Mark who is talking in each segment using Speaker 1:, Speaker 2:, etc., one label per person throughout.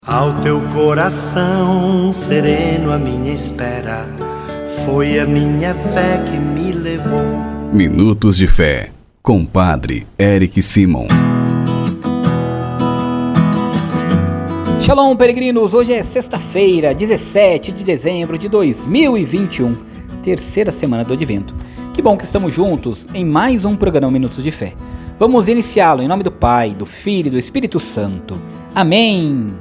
Speaker 1: Ao teu coração sereno a minha espera, foi a minha fé que me levou.
Speaker 2: Minutos de Fé, com Padre Eric Simon.
Speaker 3: Shalom, peregrinos! Hoje é sexta-feira, 17 de dezembro de 2021, terceira semana do Advento. Que bom que estamos juntos em mais um programa Minutos de Fé. Vamos iniciá-lo em nome do Pai, do Filho e do Espírito Santo. Amém!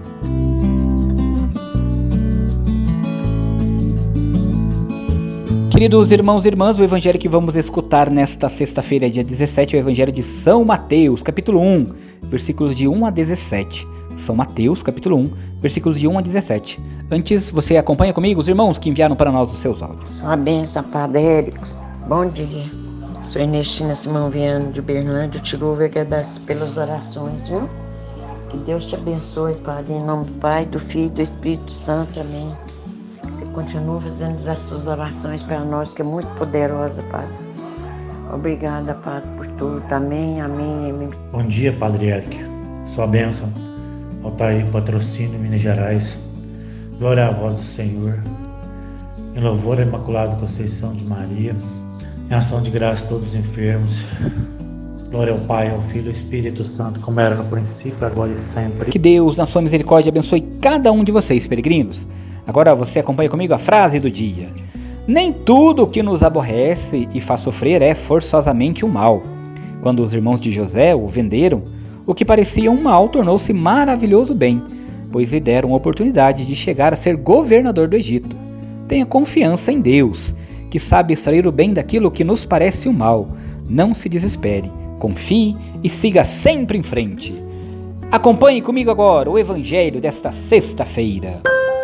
Speaker 3: Queridos irmãos e irmãs, o evangelho que vamos escutar nesta sexta-feira, dia 17, é o evangelho de São Mateus, capítulo 1, versículos de 1 a 17. São Mateus, capítulo 1, versículos de 1 a 17. Antes, você acompanha comigo os irmãos que enviaram para nós os seus áudios.
Speaker 4: Sua bênção, Padre Érico. Bom dia. Sou Ernestina Simão Viano de Berlândia. Eu te louvo e agradeço pelas orações, viu? Que Deus te abençoe, Padre, em nome do Pai, do Filho e do Espírito Santo. Amém. Você continua fazendo as suas orações para nós, que é muito poderosa, Padre. Obrigada, Padre, por tudo. Amém, amém, amém.
Speaker 5: Bom dia, Padre Eric. Sua bênção. Altair, Patrocínio, Minas Gerais. Glória à voz do Senhor. Em louvor à Imaculada Conceição de Maria. Em ação de graça a todos os enfermos. Glória ao Pai, ao Filho e ao Espírito Santo, como era no princípio, agora e sempre.
Speaker 3: Que Deus, na sua misericórdia, abençoe cada um de vocês, peregrinos. Agora você acompanha comigo a frase do dia. Nem tudo o que nos aborrece e faz sofrer é forçosamente um mal. Quando os irmãos de José o venderam, o que parecia um mal tornou-se maravilhoso bem, pois lhe deram a oportunidade de chegar a ser governador do Egito. Tenha confiança em Deus, que sabe extrair o bem daquilo que nos parece um mal. Não se desespere, confie e siga sempre em frente. Acompanhe comigo agora o evangelho desta sexta-feira.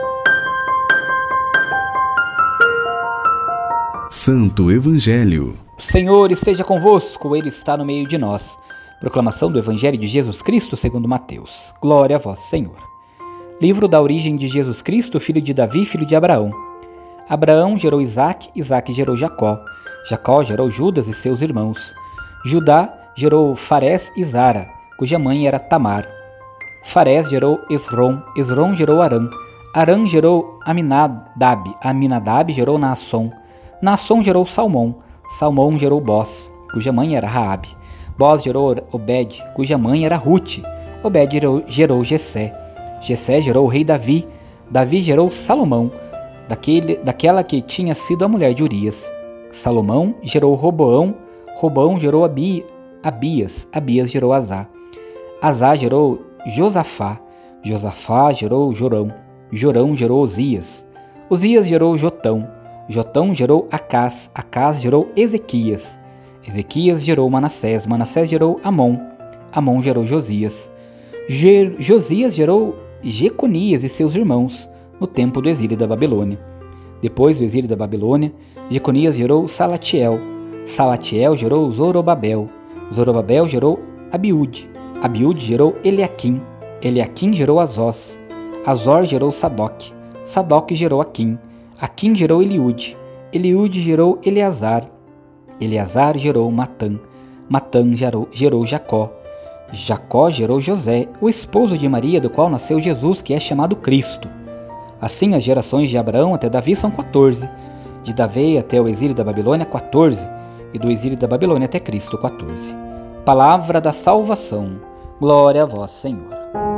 Speaker 2: Santo Evangelho.
Speaker 3: O Senhor esteja convosco, Ele está no meio de nós. Proclamação do Evangelho de Jesus Cristo segundo Mateus. Glória a vós, Senhor. Livro da origem de Jesus Cristo, filho de Davi, filho de Abraão. Abraão gerou Isaque, Isaque gerou Jacó. Jacó gerou Judas e seus irmãos. Judá gerou Farés e Zara, cuja mãe era Tamar. Farés gerou Esrom, Esrom gerou Arã. Arã gerou Aminadab, Aminadab gerou Naasson. Naasson gerou Salmão, Salmão gerou Boz, cuja mãe era Raabe. Boz gerou Obed, cuja mãe era Rute. Obed gerou Jessé. Jessé gerou o rei Davi. Davi gerou Salomão, daquela que tinha sido a mulher de Urias. Salomão gerou Roboão. Roboão gerou Abias. Abias gerou Azá. Azá gerou Josafá. Josafá gerou Jorão. Jorão gerou Uzias. Uzias gerou Jotão. Jotão gerou Acás. Acás gerou Ezequias. Ezequias gerou Manassés. Manassés gerou Amon. Amon gerou Josias. Josias gerou Jeconias e seus irmãos no tempo do exílio da Babilônia. Depois do exílio da Babilônia, Jeconias gerou Salatiel. Salatiel gerou Zorobabel. Zorobabel gerou Abiúde. Abiúde gerou Eliaquim. Eliaquim gerou Azós. Azor gerou Sadoc. Sadoc gerou Aquim. Aquim gerou Eliúde. Eliúde gerou Eleazar. Eleazar gerou Matã. Matã gerou Jacó. Jacó gerou José, o esposo de Maria, do qual nasceu Jesus, que é chamado Cristo. Assim, as gerações de Abraão até Davi são 14. De Davi até o exílio da Babilônia, 14. E do exílio da Babilônia até Cristo, 14. Palavra da salvação. Glória a vós, Senhor.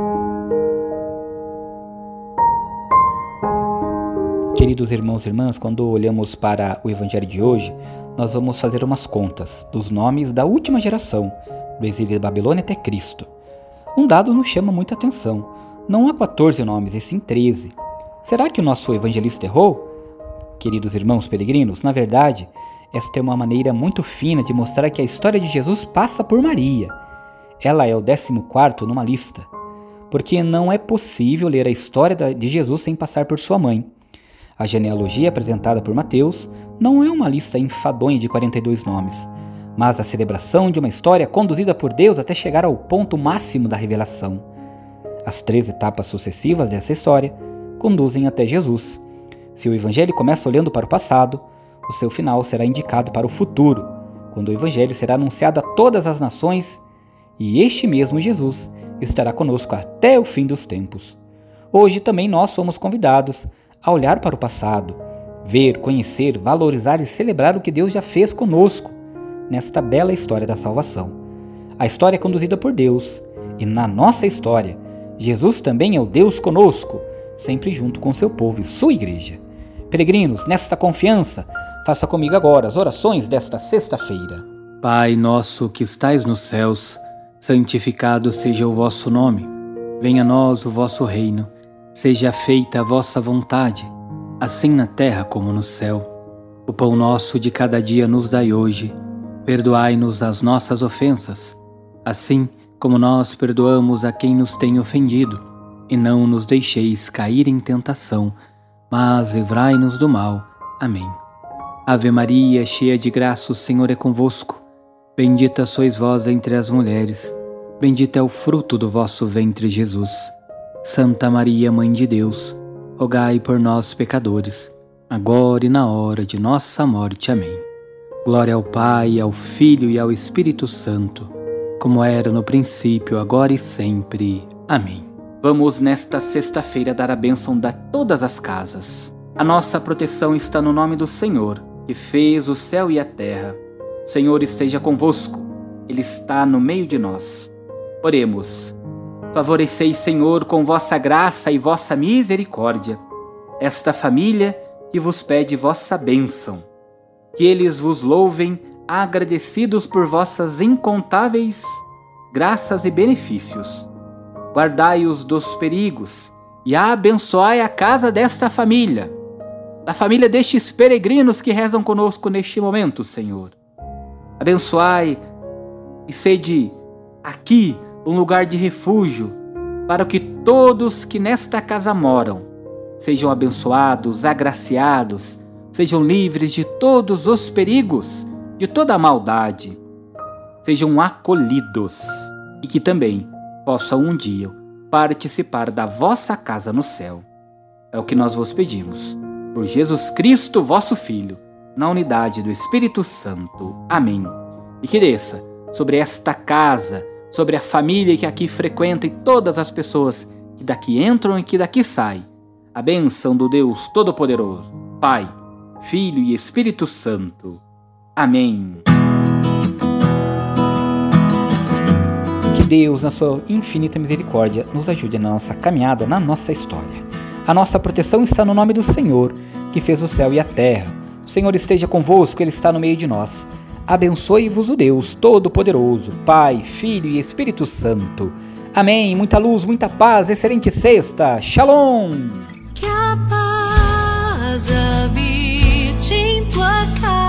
Speaker 3: Queridos irmãos e irmãs, quando olhamos para o evangelho de hoje, nós vamos fazer umas contas dos nomes da última geração, do exílio da Babilônia até Cristo. Um dado nos chama muita atenção. Não há 14 nomes, e sim 13. Será que o nosso evangelista errou? Queridos irmãos peregrinos, na verdade, esta é uma maneira muito fina de mostrar que a história de Jesus passa por Maria. Ela é o 14º numa lista, porque não é possível ler a história de Jesus sem passar por sua mãe. A genealogia apresentada por Mateus não é uma lista enfadonha de 42 nomes, mas a celebração de uma história conduzida por Deus até chegar ao ponto máximo da revelação. As 3 etapas sucessivas dessa história conduzem até Jesus. Se o Evangelho começa olhando para o passado, o seu final será indicado para o futuro, quando o Evangelho será anunciado a todas as nações, e este mesmo Jesus estará conosco até o fim dos tempos. Hoje também nós somos convidados a olhar para o passado, ver, conhecer, valorizar e celebrar o que Deus já fez conosco nesta bela história da salvação. A história é conduzida por Deus, e na nossa história, Jesus também é o Deus conosco, sempre junto com seu povo e sua igreja. Peregrinos, nesta confiança, faça comigo agora as orações desta sexta-feira.
Speaker 6: Pai nosso que estais nos céus, santificado seja o vosso nome. Venha a nós o vosso reino. Seja feita a vossa vontade, assim na terra como no céu. O pão nosso de cada dia nos dai hoje. Perdoai-nos as nossas ofensas, assim como nós perdoamos a quem nos tem ofendido. E não nos deixeis cair em tentação, mas livrai-nos do mal. Amém. Ave Maria, cheia de graça, o Senhor é convosco. Bendita sois vós entre as mulheres. Bendito é o fruto do vosso ventre, Jesus. Santa Maria, Mãe de Deus, rogai por nós, pecadores, agora e na hora de nossa morte. Amém. Glória ao Pai, ao Filho e ao Espírito Santo, como era no princípio, agora e sempre. Amém.
Speaker 3: Vamos nesta sexta-feira dar a bênção de todas as casas. A nossa proteção está no nome do Senhor, que fez o céu e a terra. O Senhor esteja convosco, Ele está no meio de nós. Oremos. Favoreceis, Senhor, com vossa graça e vossa misericórdia, esta família que vos pede vossa bênção. Que eles vos louvem, agradecidos por vossas incontáveis graças e benefícios. Guardai-os dos perigos e abençoai a casa desta família, da família destes peregrinos que rezam conosco neste momento, Senhor. Abençoai e sede aqui um lugar de refúgio para que todos que nesta casa moram sejam abençoados, agraciados, sejam livres de todos os perigos, de toda a maldade, sejam acolhidos e que também possam um dia participar da vossa casa no céu. É o que nós vos pedimos, por Jesus Cristo, vosso Filho, na unidade do Espírito Santo. Amém. E que desça sobre esta casa, sobre a família que aqui frequenta e todas as pessoas que daqui entram e que daqui saem, a bênção do Deus Todo-Poderoso, Pai, Filho e Espírito Santo. Amém. Que Deus, na sua infinita misericórdia, nos ajude na nossa caminhada, na nossa história. A nossa proteção está no nome do Senhor, que fez o céu e a terra. O Senhor esteja convosco, Ele está no meio de nós. Abençoe-vos o Deus Todo-Poderoso, Pai, Filho e Espírito Santo. Amém. Muita luz, muita paz, excelente sexta. Shalom.
Speaker 7: Que a paz habite em tua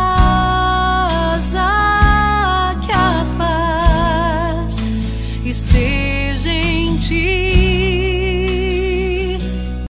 Speaker 7: casa, que a paz esteja em ti.